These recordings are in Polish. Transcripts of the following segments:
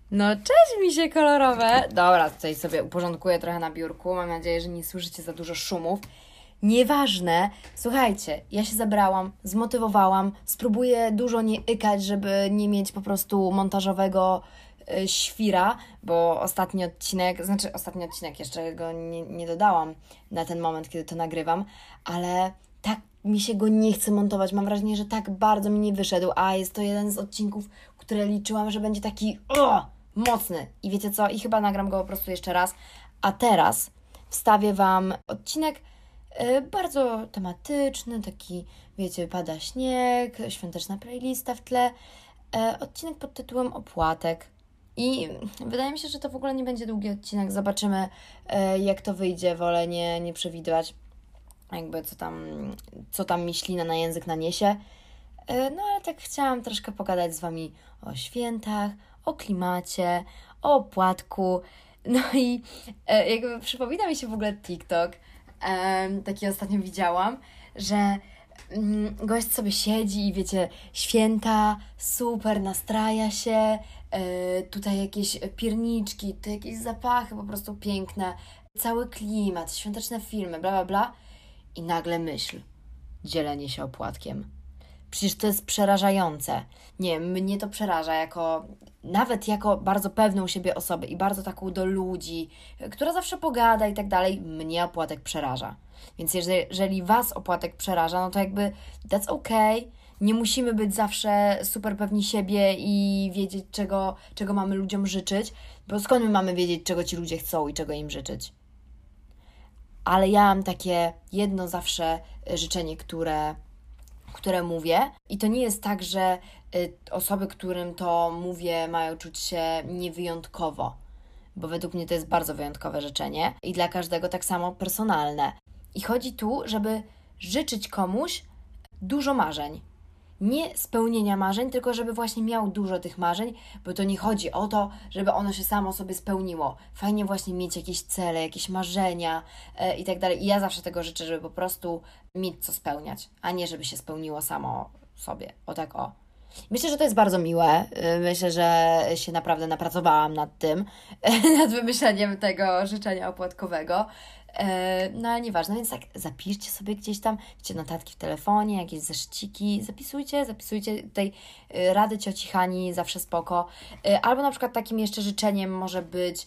No cześć misie kolorowe. Dobra, tutaj sobie uporządkuję trochę na biurku. Mam nadzieję, że nie słyszycie za dużo szumów. Nieważne. Słuchajcie, ja się zebrałam, zmotywowałam. Spróbuję dużo nie ykać, żeby nie mieć po prostu montażowego świra, bo ostatni odcinek jeszcze go nie dodałam na ten moment, kiedy to nagrywam, ale tak mi się go nie chce montować. Mam wrażenie, że tak bardzo mi nie wyszedł, a jest to jeden z odcinków, które liczyłam, że będzie taki mocny. I wiecie co? I chyba nagram go po prostu jeszcze raz. A teraz wstawię Wam odcinek bardzo tematyczny, taki, wiecie, pada śnieg, świąteczna playlista w tle. Odcinek pod tytułem Opłatek. I wydaje mi się, że to w ogóle nie będzie długi odcinek. Zobaczymy, jak to wyjdzie. Wolę nie przewidywać, jakby co tam mi ślina na język naniesie. No ale tak chciałam troszkę pogadać z Wami o świętach, o klimacie, o opłatku. No i jakby przypomina mi się w ogóle TikTok, taki ostatnio widziałam, że gość sobie siedzi i wiecie, święta, super, nastraja się, tutaj jakieś pierniczki, te jakieś zapachy po prostu piękne, cały klimat, świąteczne filmy, bla bla bla i nagle myśl, dzielenie się opłatkiem. Przecież to jest przerażające. Nie, mnie to przeraża nawet jako bardzo pewną siebie osobę i bardzo taką do ludzi, która zawsze pogada i tak dalej, mnie opłatek przeraża. Więc jeżeli Was opłatek przeraża, no to jakby that's okay. Nie musimy być zawsze super pewni siebie i wiedzieć, czego mamy ludziom życzyć, bo skąd my mamy wiedzieć, czego ci ludzie chcą i czego im życzyć? Ale ja mam takie jedno zawsze życzenie, które mówię. I to nie jest tak, że osoby, którym to mówię, mają czuć się niewyjątkowo, bo według mnie to jest bardzo wyjątkowe życzenie i dla każdego tak samo personalne. I chodzi tu, żeby życzyć komuś dużo marzeń. Nie spełnienia marzeń, tylko żeby właśnie miał dużo tych marzeń, bo to nie chodzi o to, żeby ono się samo sobie spełniło. Fajnie właśnie mieć jakieś cele, jakieś marzenia i tak dalej. I ja zawsze tego życzę, żeby po prostu mieć co spełniać, a nie żeby się spełniło samo sobie. O tak o. Myślę, że to jest bardzo miłe. Myślę, że się naprawdę napracowałam nad tym, nad wymyśleniem tego życzenia opłatkowego. No ale nieważne, więc tak zapiszcie sobie gdzieś tam, wiecie, notatki w telefonie, jakieś zeszyciki, zapisujcie tutaj rady cioci Hani, zawsze spoko. Albo na przykład takim jeszcze życzeniem może być,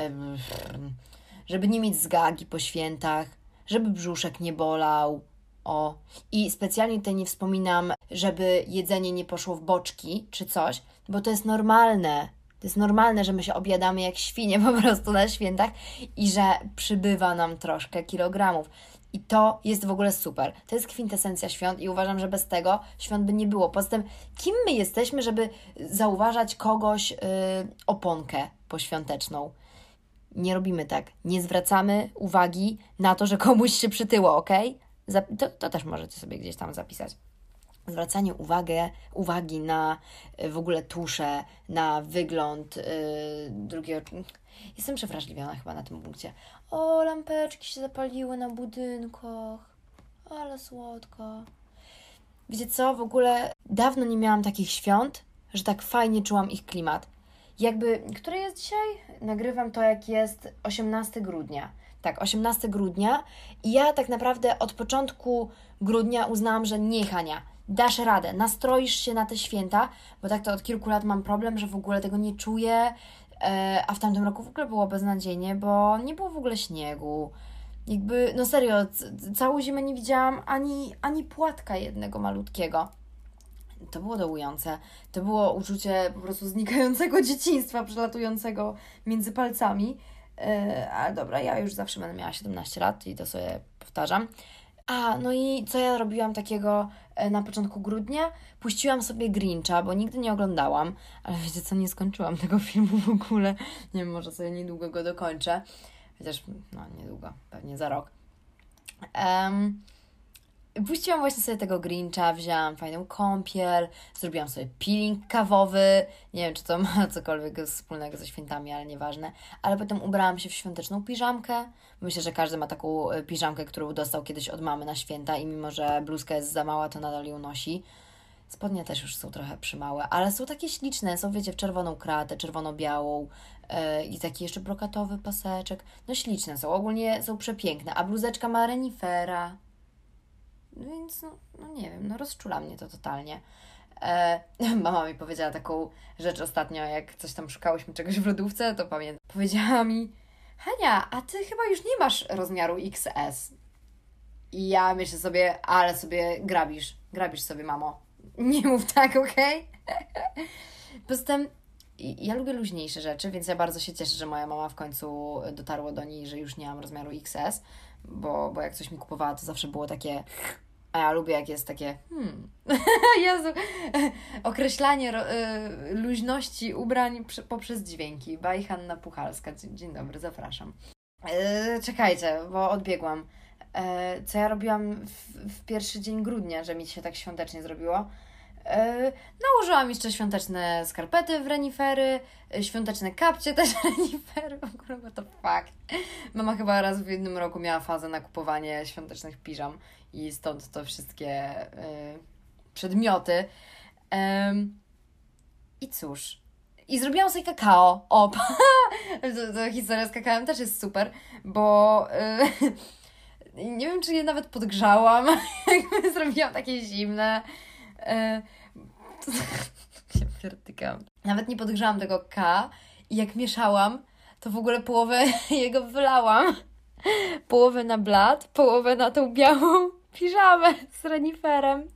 żeby nie mieć zgagi po świętach, żeby brzuszek nie bolał. O, i specjalnie tutaj nie wspominam, żeby jedzenie nie poszło w boczki czy coś, bo to jest normalne. To jest normalne, że my się objadamy jak świnie po prostu na świętach i że przybywa nam troszkę kilogramów. I to jest w ogóle super. To jest kwintesencja świąt i uważam, że bez tego świąt by nie było. Poza tym, kim my jesteśmy, żeby zauważać kogoś oponkę poświąteczną? Nie robimy tak. Nie zwracamy uwagi na to, że komuś się przytyło, ok? To też możecie sobie gdzieś tam zapisać. Zwracanie uwagi na w ogóle tuszę, na wygląd drugiego. Jestem przewrażliwiona chyba na tym punkcie. O, lampeczki się zapaliły na budynkach. Ale słodko. Wiecie co, w ogóle dawno nie miałam takich świąt, że tak fajnie czułam ich klimat. Który jest dzisiaj? Nagrywam to, jak jest 18 grudnia. Tak, 18 grudnia i ja tak naprawdę od początku grudnia uznałam, że nie, Hania, dasz radę, nastroisz się na te święta, bo tak to od kilku lat mam problem, że w ogóle tego nie czuję, a w tamtym roku w ogóle było beznadziejnie, bo nie było w ogóle śniegu. No serio, całą zimę nie widziałam ani płatka jednego malutkiego. To było dołujące. To było uczucie po prostu znikającego dzieciństwa, przelatującego między palcami. Ale dobra, ja już zawsze będę miała 17 lat i to sobie powtarzam. No i co ja robiłam takiego na początku grudnia? Puściłam sobie Grincha, bo nigdy nie oglądałam, ale wiecie co, nie skończyłam tego filmu w ogóle. Nie wiem, może sobie niedługo go dokończę. Chociaż, niedługo, pewnie za rok. Puściłam właśnie sobie tego Grincha, wzięłam fajną kąpiel, zrobiłam sobie peeling kawowy, nie wiem, czy to ma cokolwiek wspólnego ze świętami, ale nieważne, ale potem ubrałam się w świąteczną piżamkę. Myślę, że każdy ma taką piżamkę, którą dostał kiedyś od mamy na święta i mimo, że bluzka jest za mała, to nadal ją nosi. Spodnie też już są trochę przymałe, ale są takie śliczne, są wiecie w czerwoną kratę, czerwono-białą i taki jeszcze brokatowy paseczek. No śliczne są, ogólnie są przepiękne, a bluzeczka ma renifera. Więc no nie wiem, no rozczula mnie to totalnie. Mama mi powiedziała taką rzecz ostatnio, jak coś tam szukałyśmy czegoś w lodówce, to pamiętam. Powiedziała mi: Hania, a ty chyba już nie masz rozmiaru XS. I ja myślę sobie, ale sobie grabisz sobie, mamo. Nie mów tak, okej? Poza tym ja lubię luźniejsze rzeczy, więc ja bardzo się cieszę, że moja mama w końcu dotarło do niej, że już nie mam rozmiaru XS, bo jak coś mi kupowała, to zawsze było takie... A ja lubię, jak jest takie... Jezu, określanie luźności ubrań poprzez dźwięki. By Hanna Puchalska. Dzień dobry, zapraszam. Czekajcie, bo odbiegłam. Co ja robiłam w pierwszy dzień grudnia, że mi się tak świątecznie zrobiło? Nałożyłam jeszcze świąteczne skarpety w renifery, świąteczne kapcie też renifery, w ogóle what the fuck. Mama chyba raz w jednym roku miała fazę na kupowanie świątecznych piżam i stąd to wszystkie przedmioty. I cóż, i zrobiłam sobie kakao. O, to historia z kakałem też jest super, bo nie wiem, czy je nawet podgrzałam, jakby zrobiłam takie zimne. Ja pierdykam. Nawet nie podgrzałam tego i jak mieszałam, to w ogóle połowę jego wylałam. Połowę na blat, połowę na tą białą piżamę z reniferem.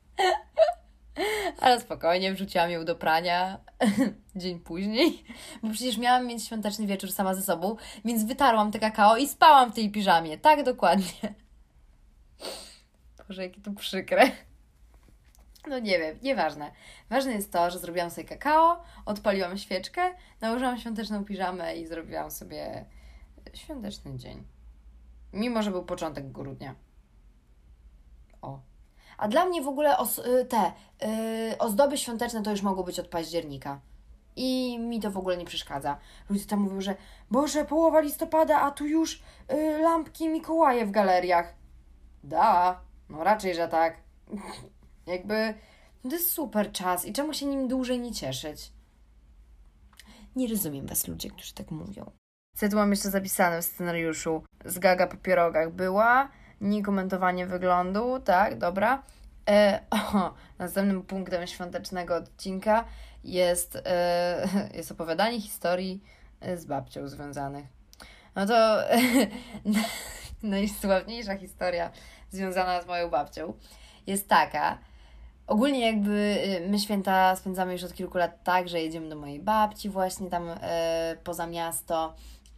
Ale spokojnie, wrzuciłam ją do prania dzień później, bo przecież miałam mieć świąteczny wieczór sama ze sobą, więc wytarłam te kakao i spałam w tej piżamie. Tak, dokładnie. Boże, jakie to przykre. No nie wiem, nieważne. Ważne jest to, że zrobiłam sobie kakao, odpaliłam świeczkę, nałożyłam świąteczną piżamę i zrobiłam sobie świąteczny dzień. Mimo że był początek grudnia. O. A dla mnie w ogóle ozdoby świąteczne to już mogą być od października. I mi to w ogóle nie przeszkadza. Ludzie tam mówią, że Boże, połowa listopada, a tu już lampki Mikołaje w galeriach. No raczej, że tak. Jakby to jest super czas i czemu się nim dłużej nie cieszyć? Nie rozumiem was, ludzie, którzy tak mówią. Co tu mam jeszcze zapisane w scenariuszu? Zgaga po pierogach była, niekomentowanie wyglądu, tak, dobra. Następnym punktem świątecznego odcinka jest opowiadanie historii z babcią związanych. No to najsławniejsza historia związana z moją babcią jest taka. Ogólnie jakby my święta spędzamy już od kilku lat tak, że jedziemy do mojej babci właśnie tam poza miasto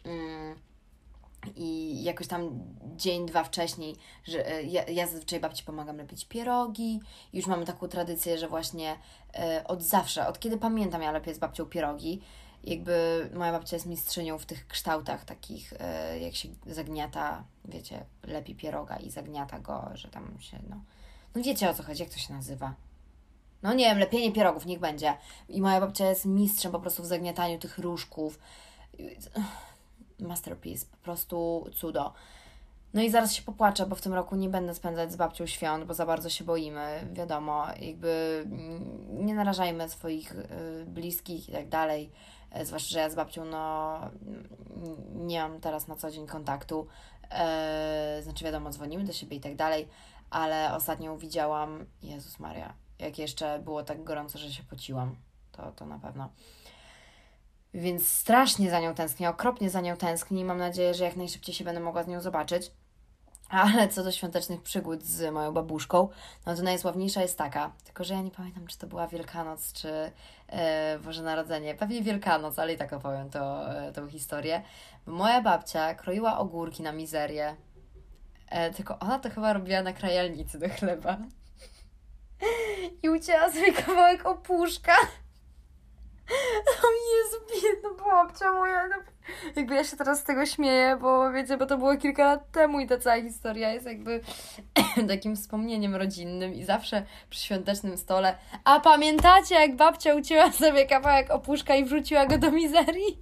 i jakoś tam dzień, dwa wcześniej, że ja zazwyczaj babci pomagam lepić pierogi i już mamy taką tradycję, że właśnie od zawsze, od kiedy pamiętam, ja lepię z babcią pierogi. Jakby moja babcia jest mistrzynią w tych kształtach takich, jak się zagniata, wiecie, lepi pieroga i zagniata go, że tam się, no wiecie o co chodzi, jak to się nazywa? No nie wiem, lepienie pierogów, niech będzie. I moja babcia jest mistrzem po prostu w zagniataniu tych różków. Masterpiece, po prostu cudo. No i zaraz się popłaczę, bo w tym roku nie będę spędzać z babcią świąt, bo za bardzo się boimy, wiadomo, jakby nie narażajmy swoich bliskich i tak dalej, zwłaszcza, że ja z babcią, nie mam teraz na co dzień kontaktu, znaczy wiadomo, dzwonimy do siebie i tak dalej, ale ostatnio widziałam, Jezus Maria, jak jeszcze było tak gorąco, że się pociłam, to na pewno. Więc strasznie za nią tęsknię, okropnie za nią tęsknię i mam nadzieję, że jak najszybciej się będę mogła z nią zobaczyć. Ale co do świątecznych przygód z moją babuszką, no to najsławniejsza jest taka, tylko że ja nie pamiętam, czy to była Wielkanoc, czy Boże Narodzenie. Pewnie Wielkanoc, ale i tak opowiem tą historię. Bo moja babcia kroiła ogórki na mizerię, tylko ona to chyba robiła na krajalnicy do chleba. I ucięła sobie kawałek opuszka. O Jezu, biedna babcia moja. Jakby ja się teraz z tego śmieję, bo wiecie, bo to było kilka lat temu i ta cała historia jest jakby takim wspomnieniem rodzinnym i zawsze przy świątecznym stole. A pamiętacie, jak babcia ucięła sobie kawałek opuszka i wrzuciła go do mizerii?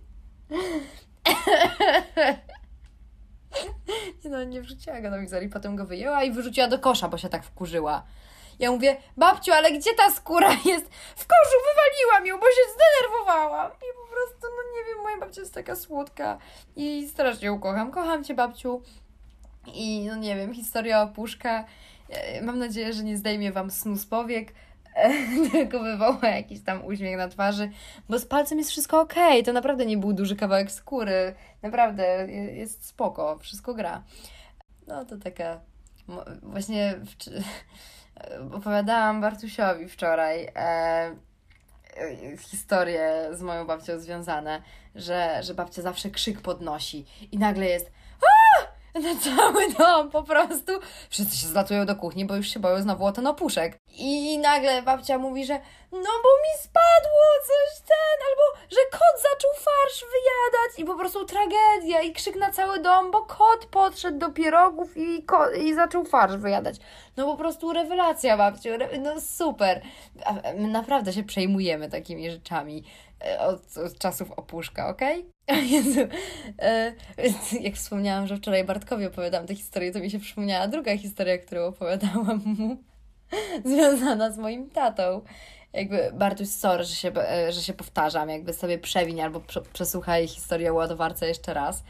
Nie wrzuciła go do mizerii, potem go wyjęła i wyrzuciła do kosza, bo się tak wkurzyła. Ja mówię, babciu, ale gdzie ta skóra jest? W koszu, wywaliłam ją, bo się zdenerwowałam. I po prostu, no nie wiem, moja babcia jest taka słodka i strasznie ją kocham. Kocham cię, babciu. I no nie wiem, historia opuszka. Mam nadzieję, że nie zdejmie wam snu z powiek, tylko wywoła jakiś tam uśmiech na twarzy, bo z palcem jest wszystko okej. To naprawdę nie był duży kawałek skóry. Naprawdę jest spoko, wszystko gra. No to taka... Właśnie opowiadałam Bartusiowi wczoraj historie z moją babcią związane, że babcia zawsze krzyk podnosi i nagle jest na cały dom po prostu. Wszyscy się zlatują do kuchni, bo już się boją znowu o ten opuszek. I nagle babcia mówi, że no bo mi spadło coś albo że kot zaczął farsz wyjadać i po prostu tragedia i krzyk na cały dom, bo kot podszedł do pierogów i zaczął farsz wyjadać. No po prostu rewelacja, babciu, no super. My naprawdę się przejmujemy takimi rzeczami od czasów opuszka, okej? Jezu, jak wspomniałam, że wczoraj Bartkowi opowiadałam tę historię, to mi się przypomniała druga historia, którą opowiadałam mu, związana z moim tatą. Jakby Bartuś, sorry, że się powtarzam, jakby sobie przewiń albo przesłuchaj historię o ładowarce jeszcze raz.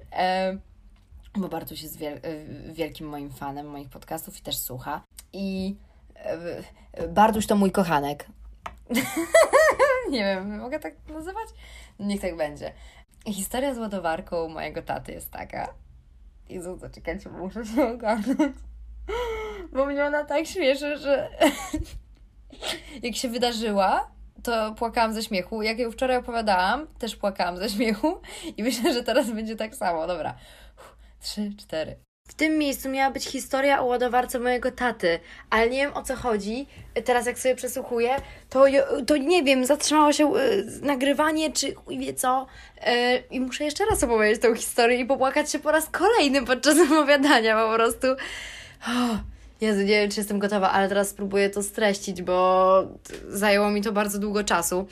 Bo Bartuś jest wielkim moim fanem moich podcastów i też słucha. I Bartuś to mój kochanek. Nie wiem, mogę tak nazywać? Niech tak będzie. Historia z ładowarką mojego taty jest taka. Jezu, zaczekajcie, bo muszę się ogarnąć. Bo mnie ona tak śmieszy, że jak się wydarzyła, to płakałam ze śmiechu. Jak ją wczoraj opowiadałam, też płakałam ze śmiechu. I myślę, że teraz będzie tak samo. Dobra. 3, 4. W tym miejscu miała być historia o ładowarce mojego taty, ale nie wiem, o co chodzi. Teraz jak sobie przesłuchuję, to nie wiem, zatrzymało się nagrywanie, czy chuj wie co. I muszę jeszcze raz opowiedzieć tą historię i popłakać się po raz kolejny podczas opowiadania po prostu. Jezu, nie wiem, czy jestem gotowa, ale teraz spróbuję to streścić, bo zajęło mi to bardzo długo czasu.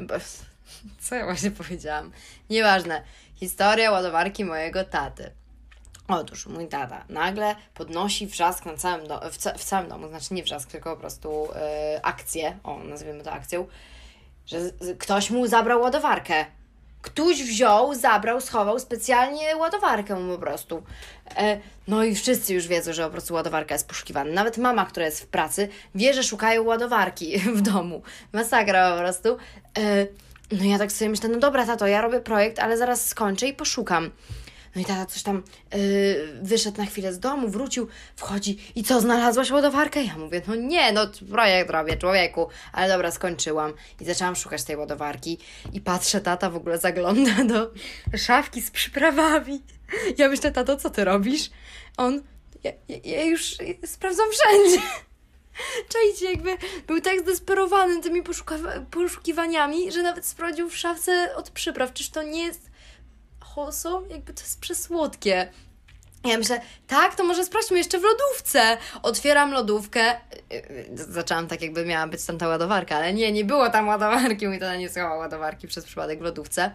Co ja właśnie powiedziałam? Nieważne. Historia ładowarki mojego taty. Otóż mój tata nagle podnosi wrzask na całym w całym domu, znaczy nie wrzask, tylko po prostu akcję, nazwijmy to akcją, że ktoś mu zabrał ładowarkę. Ktoś wziął, zabrał, schował specjalnie ładowarkę mu po prostu. No i wszyscy już wiedzą, że po prostu ładowarka jest poszukiwana. Nawet mama, która jest w pracy, wie, że szukają ładowarki w domu. Masakra po prostu. No ja tak sobie myślę, no dobra tato, ja robię projekt, ale zaraz skończę i poszukam. No i tata coś tam wyszedł na chwilę z domu, wrócił, wchodzi i co, znalazłaś ładowarkę? Ja mówię, no nie, no projekt robię, człowieku, ale dobra, skończyłam. I zaczęłam szukać tej ładowarki i patrzę, tata w ogóle zagląda do szafki z przyprawami. Ja myślę, tato, co ty robisz? On, ja już sprawdzam wszędzie. Czajcie, jakby był tak zdesperowany tymi poszukiwaniami, że nawet sprawdził w szafce od przypraw, czyż to nie jest wholesome? Jakby to jest przesłodkie. Ja myślę, tak, to może sprawdźmy jeszcze w lodówce. Otwieram lodówkę. Zaczęłam tak, jakby miała być tam ta ładowarka, ale nie było tam ładowarki. Mój tata nie schował ładowarki przez przypadek w lodówce.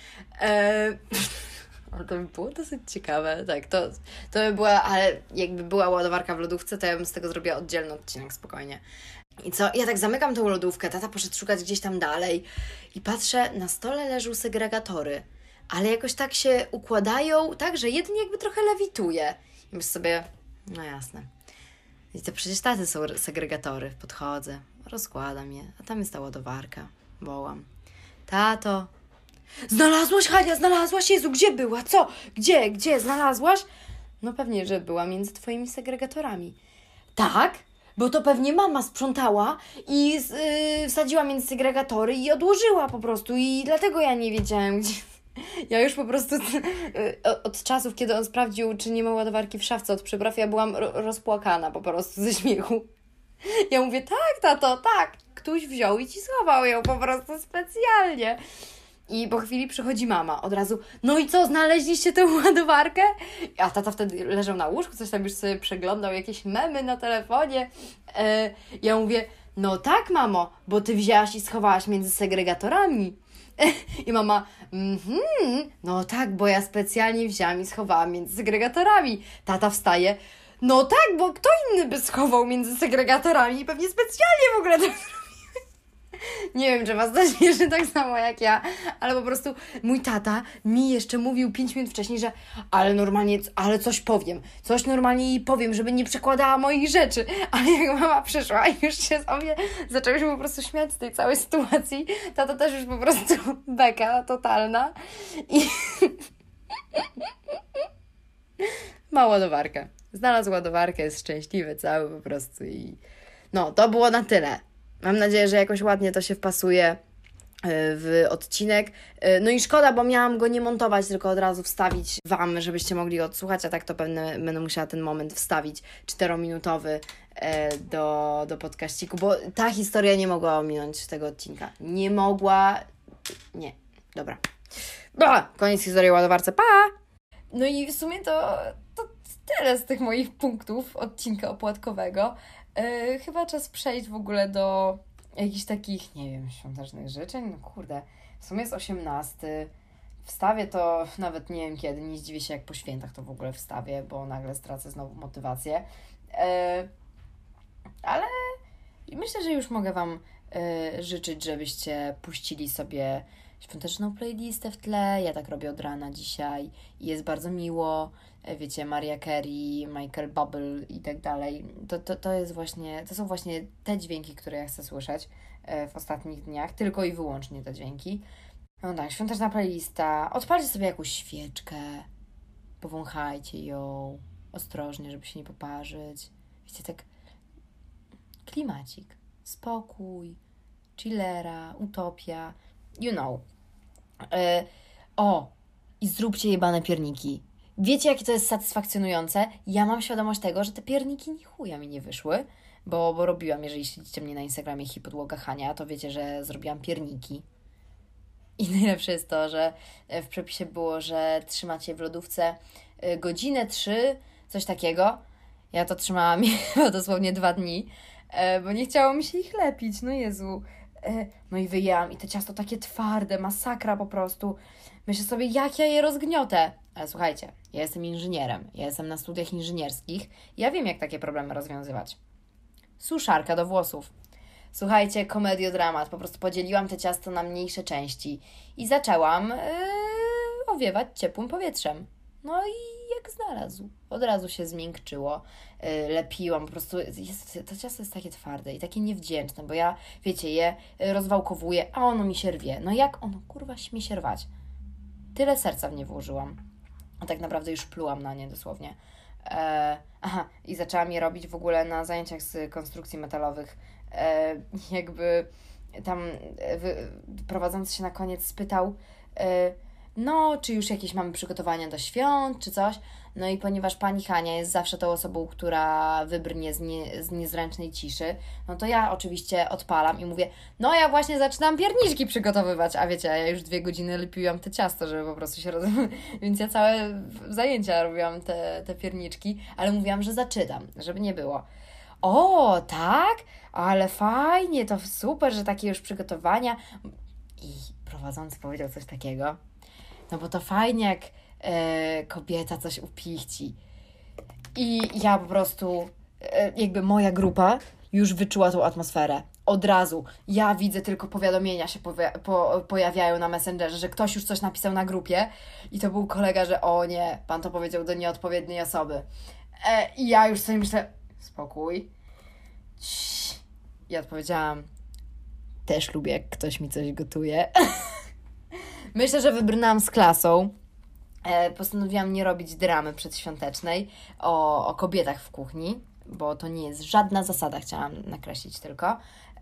Ale to by było dosyć ciekawe. Tak, to by była, ale jakby była ładowarka w lodówce, to ja bym z tego zrobiła oddzielny odcinek spokojnie. I co? Ja tak zamykam tą lodówkę, tata poszedł szukać gdzieś tam dalej i patrzę, na stole leżą segregatory, ale jakoś tak się układają, tak, że jeden jakby trochę lewituje. I myślę sobie, no jasne. I to przecież taty są segregatory. Podchodzę, rozkładam je, a tam jest ta ładowarka. Wołam. Tato. Znalazłaś, Hania, znalazłaś? Jezu, gdzie była? Co? Gdzie? Znalazłaś? No pewnie, że była między twoimi segregatorami. Tak? Bo to pewnie mama sprzątała i wsadziła między segregatory i odłożyła po prostu i dlatego ja nie wiedziałem, gdzie... Ja już po prostu od czasów, kiedy on sprawdził, czy nie ma ładowarki w szafce od przypraw, ja byłam rozpłakana po prostu ze śmiechu. Ja mówię, tak, tato, tak. Ktoś wziął i ci schował ją po prostu specjalnie. I po chwili przychodzi mama od razu, no i co, znaleźliście tę ładowarkę? A tata wtedy leżał na łóżku, coś tam już sobie przeglądał, jakieś memy na telefonie. Ja mówię, no tak, mamo, bo ty wzięłaś i schowałaś między segregatorami. I mama, no tak, bo ja specjalnie wzięłam i schowałam między segregatorami. Tata wstaje, No tak, bo kto inny by schował między segregatorami i pewnie specjalnie w ogóle to zrobiły. Nie wiem, czy was to śmieszy tak samo jak ja, ale po prostu mój tata mi jeszcze mówił 5 minut wcześniej, że ale normalnie, ale coś normalnie jej powiem, żeby nie przekładała moich rzeczy. Ale jak mama przyszła i już się sobie zaczęłyśmy po prostu śmiać z tej całej sytuacji, tata też już po prostu beka totalna i ma ładowarkę. Znalazł ładowarkę, jest szczęśliwy cały po prostu i no, to było na tyle. Mam nadzieję, że jakoś ładnie to się wpasuje w odcinek. No i szkoda, bo miałam go nie montować, tylko od razu wstawić Wam, żebyście mogli odsłuchać, a tak to pewnie będę musiała ten moment wstawić 4-minutowy do podcaściku, bo ta historia nie mogła ominąć tego odcinka. Nie mogła... Nie. Dobra. Koniec historii o ładowarce. Pa! No i w sumie to tyle z tych moich punktów odcinka opłatkowego. Chyba czas przejść w ogóle do jakichś takich, nie wiem, świątecznych życzeń. No kurde, w sumie jest 18. Wstawię to nawet nie wiem kiedy, nie zdziwię się jak po świętach to w ogóle wstawię, bo nagle stracę znowu motywację. Ale myślę, że już mogę Wam życzyć, żebyście puścili sobie świąteczną playlistę w tle. Ja tak robię od rana dzisiaj i jest bardzo miło. Wiecie, Mariah Carey, Michael Bublé i tak dalej. To są właśnie te dźwięki, które ja chcę słyszeć w ostatnich dniach. Tylko i wyłącznie te dźwięki. No tak, świąteczna playlista. Odpalcie sobie jakąś świeczkę. Powąchajcie ją. Ostrożnie, żeby się nie poparzyć. Wiecie, tak klimacik. Spokój. Chillera. Utopia. You know. I zróbcie jebane pierniki. Wiecie, jakie to jest satysfakcjonujące? Ja mam świadomość tego, że te pierniki ni chuja mi nie wyszły, bo robiłam, jeżeli śledzicie mnie na Instagramie Hipodłoga Hania, to wiecie, że zrobiłam pierniki. I najlepsze jest to, że w przepisie było, że trzymacie w lodówce godzinę, 3, coś takiego. Ja to trzymałam chyba dosłownie 2 dni, bo nie chciało mi się ich lepić, no Jezu. No i wyjęłam i to ciasto takie twarde, masakra po prostu. Myślę sobie, jak ja je rozgniotę. Ale słuchajcie, ja jestem inżynierem, ja jestem na studiach inżynierskich, ja wiem, jak takie problemy rozwiązywać. Suszarka do włosów. Słuchajcie, komediodramat, po prostu podzieliłam te ciasto na mniejsze części i zaczęłam owiewać ciepłym powietrzem. No i jak znalazł. Od razu się zmiękczyło. Lepiłam, po prostu to ciasto jest takie twarde i takie niewdzięczne, bo ja, wiecie, je rozwałkowuję, a ono mi się rwie. No jak ono, kurwa, śmie się rwać? Tyle serca w nie włożyłam. A tak naprawdę już plułam na nie dosłownie. I zaczęłam je robić w ogóle na zajęciach z konstrukcji metalowych. Jakby tam prowadzący się na koniec spytał, no, czy już jakieś mamy przygotowania do świąt, czy coś. No i ponieważ pani Hania jest zawsze tą osobą, która wybrnie z niezręcznej ciszy, no to ja oczywiście odpalam i mówię, no ja właśnie zaczynam pierniczki przygotowywać, a wiecie, ja już 2 godziny lepiłam te ciasto, żeby po prostu się Więc ja całe zajęcia robiłam te pierniczki, ale mówiłam, że zaczynam, żeby nie było. O, tak? Ale fajnie, to super, że takie już przygotowania. I prowadzący powiedział coś takiego. No bo to fajnie, jak kobieta coś upichci. I ja po prostu, jakby moja grupa już wyczuła tą atmosferę. Od razu. Ja widzę tylko powiadomienia się pojawiają na Messengerze, że ktoś już coś napisał na grupie i to był kolega, że o nie, pan to powiedział do nieodpowiedniej osoby. I ja już sobie myślę, spokój. I odpowiedziałam, też lubię, jak ktoś mi coś gotuje. Myślę, że wybrnęłam z klasą. Postanowiłam nie robić dramy przedświątecznej o kobietach w kuchni, bo to nie jest żadna zasada, chciałam nakreślić tylko.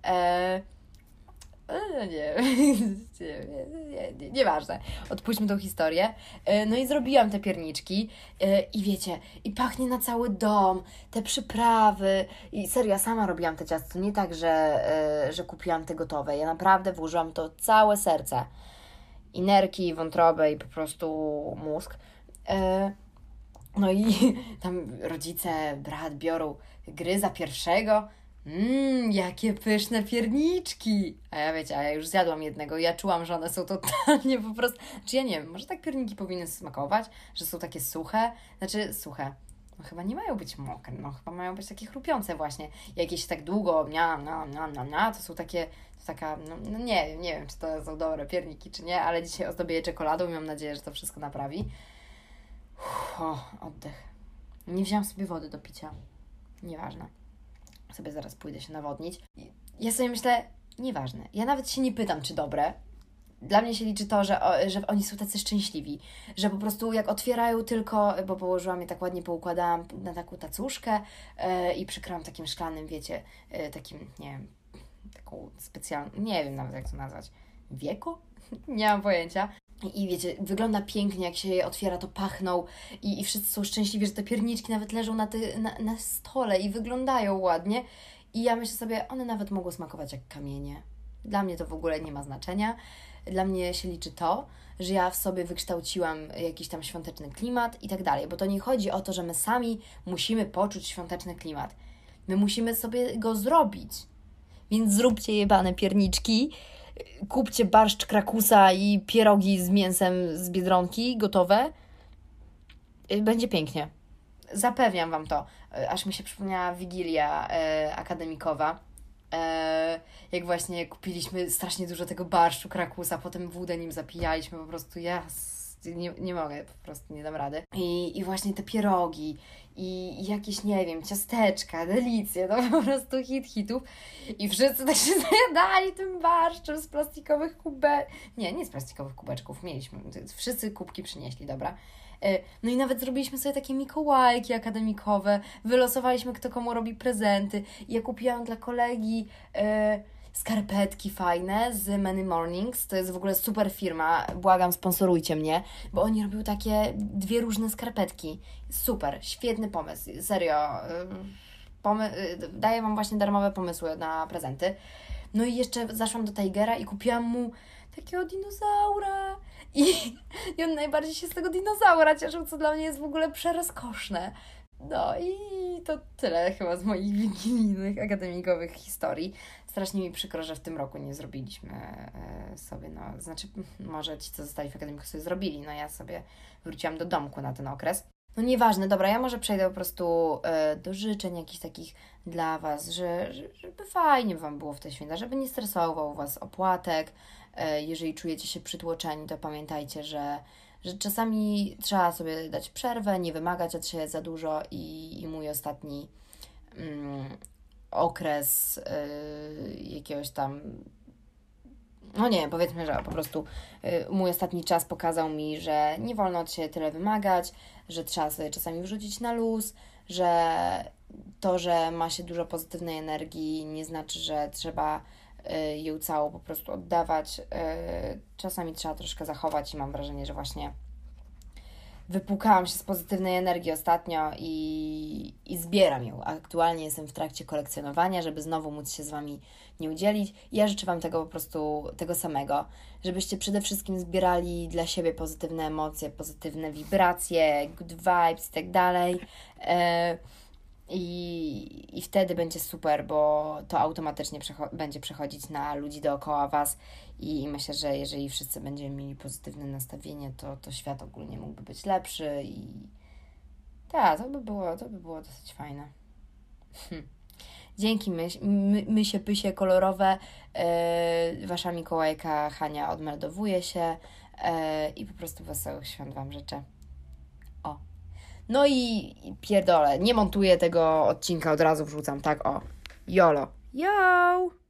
Nieważne. Odpuśćmy tą historię. No i zrobiłam te pierniczki i wiecie, i pachnie na cały dom, te przyprawy i serio, ja sama robiłam te ciasto, nie tak, że kupiłam te gotowe. Ja naprawdę włożyłam to całe serce. I nerki, i wątrobę, i po prostu mózg. No i tam rodzice, brat biorą gryza pierwszego. Jakie pyszne pierniczki! A ja wiecie, a ja już zjadłam jednego i ja czułam, że one są totalnie po prostu... Czy ja nie wiem, może tak pierniki powinny smakować? Że są takie suche? Znaczy suche. no chyba nie mają być mokre, no chyba mają być takie chrupiące właśnie. Jakieś tak długo, to są takie, to taka, no nie wiem, czy to są dobre pierniki, czy nie, ale dzisiaj ozdobię je czekoladą i mam nadzieję, że to wszystko naprawi. Oddech. Nie wziąłam sobie wody do picia. Nieważne. Sobie zaraz pójdę się nawodnić. Ja sobie myślę, nieważne. Ja nawet się nie pytam, czy dobre. Dla mnie się liczy to, że oni są tacy szczęśliwi, że po prostu jak otwierają tylko, bo położyłam je tak ładnie, poukładałam na taką tacuszkę i przykryłam takim szklanym, wiecie, takim, nie wiem, taką specjalną, nie wiem nawet jak to nazwać, wieko? Nie mam pojęcia. I wiecie, wygląda pięknie, jak się je otwiera, to pachną i wszyscy są szczęśliwi, że te pierniczki nawet leżą na stole i wyglądają ładnie. I ja myślę sobie, one nawet mogą smakować jak kamienie. Dla mnie to w ogóle nie ma znaczenia. Dla mnie się liczy to, że ja w sobie wykształciłam jakiś tam świąteczny klimat i tak dalej. Bo to nie chodzi o to, że my sami musimy poczuć świąteczny klimat. My musimy sobie go zrobić. Więc zróbcie jebane pierniczki, kupcie barszcz Krakusa i pierogi z mięsem z Biedronki gotowe. Będzie pięknie. Zapewniam Wam to. Aż mi się przypomniała Wigilia akademikowa. Jak właśnie kupiliśmy strasznie dużo tego barszczu Krakusa, potem wódę nim zapijaliśmy, po prostu nie mogę, po prostu nie dam rady. I właśnie te pierogi i jakieś, nie wiem, ciasteczka, delicje, to po prostu hitów. I wszyscy tak się zajadali tym barszczem z plastikowych nie z plastikowych kubeczków, mieliśmy, wszyscy kubki przynieśli, dobra. No i nawet zrobiliśmy sobie takie mikołajki akademikowe, wylosowaliśmy, kto komu robi prezenty. Ja kupiłam dla kolegi skarpetki fajne z Many Mornings, to jest w ogóle super firma, błagam, sponsorujcie mnie, bo oni robią takie 2 różne skarpetki. Super, świetny pomysł, serio. Daję Wam właśnie darmowe pomysły na prezenty. No i jeszcze zaszłam do Tigera i kupiłam mu takiego dinozaura. I on najbardziej się z tego dinozaura cieszył, co dla mnie jest w ogóle przerozkoszne. No i to tyle chyba z moich wigilijnych, akademikowych historii. Strasznie mi przykro, że w tym roku nie zrobiliśmy sobie, no, znaczy może ci, co zostali w akademiku, sobie zrobili, no ja sobie wróciłam do domku na ten okres. No nieważne, dobra, ja może przejdę po prostu do życzeń jakichś takich dla Was, żeby fajnie Wam było w te święta, żeby nie stresował Was opłatek. Jeżeli czujecie się przytłoczeni, to pamiętajcie, że czasami trzeba sobie dać przerwę, nie wymagać od siebie za dużo i mój ostatni okres jakiegoś tam, no nie wiem, powiedzmy, że po prostu mój ostatni czas pokazał mi, że nie wolno od siebie tyle wymagać, że trzeba sobie czasami wrzucić na luz, że to, że ma się dużo pozytywnej energii, nie znaczy, że trzeba ją całą po prostu oddawać. Czasami trzeba troszkę zachować i mam wrażenie, że właśnie wypłukałam się z pozytywnej energii ostatnio i zbieram ją. Aktualnie jestem w trakcie kolekcjonowania, żeby znowu móc się z Wami nie udzielić. I ja życzę Wam tego po prostu, tego samego, żebyście przede wszystkim zbierali dla siebie pozytywne emocje, pozytywne wibracje, good vibes i tak dalej. I wtedy będzie super, bo to automatycznie będzie przechodzić na ludzi dookoła Was i myślę, że jeżeli wszyscy będziemy mieli pozytywne nastawienie, to świat ogólnie mógłby być lepszy i tak, to by było dosyć fajne. Dzięki mysie, pysie kolorowe, Wasza Mikołajka Hania odmeldowuje się i po prostu wesołych świąt Wam życzę. O. No i pierdolę, nie montuję tego odcinka, od razu wrzucam, tak o. YOLO. Yo!